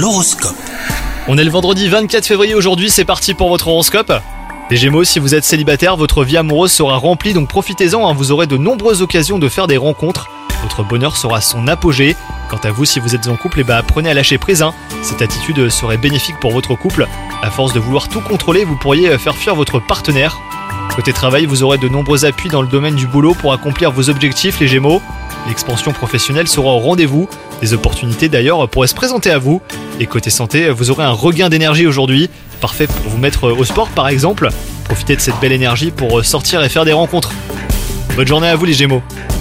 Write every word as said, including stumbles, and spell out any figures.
L'horoscope. On est le vendredi vingt-quatre février aujourd'hui, c'est parti pour votre horoscope. Les Gémeaux, si vous êtes célibataire, votre vie amoureuse sera remplie, donc profitez-en, hein, vous aurez de nombreuses occasions de faire des rencontres. Votre bonheur sera à son apogée. Quant à vous, si vous êtes en couple, eh ben, apprenez à lâcher prise. Hein. Cette attitude serait bénéfique pour votre couple. À force de vouloir tout contrôler, vous pourriez faire fuir votre partenaire. Côté travail, vous aurez de nombreux appuis dans le domaine du boulot pour accomplir vos objectifs, les Gémeaux. L'expansion professionnelle sera au rendez-vous. Des opportunités d'ailleurs pourraient se présenter à vous. Et côté santé, vous aurez un regain d'énergie aujourd'hui. Parfait pour vous mettre au sport par exemple. Profitez de cette belle énergie pour sortir et faire des rencontres. Bonne journée à vous les Gémeaux.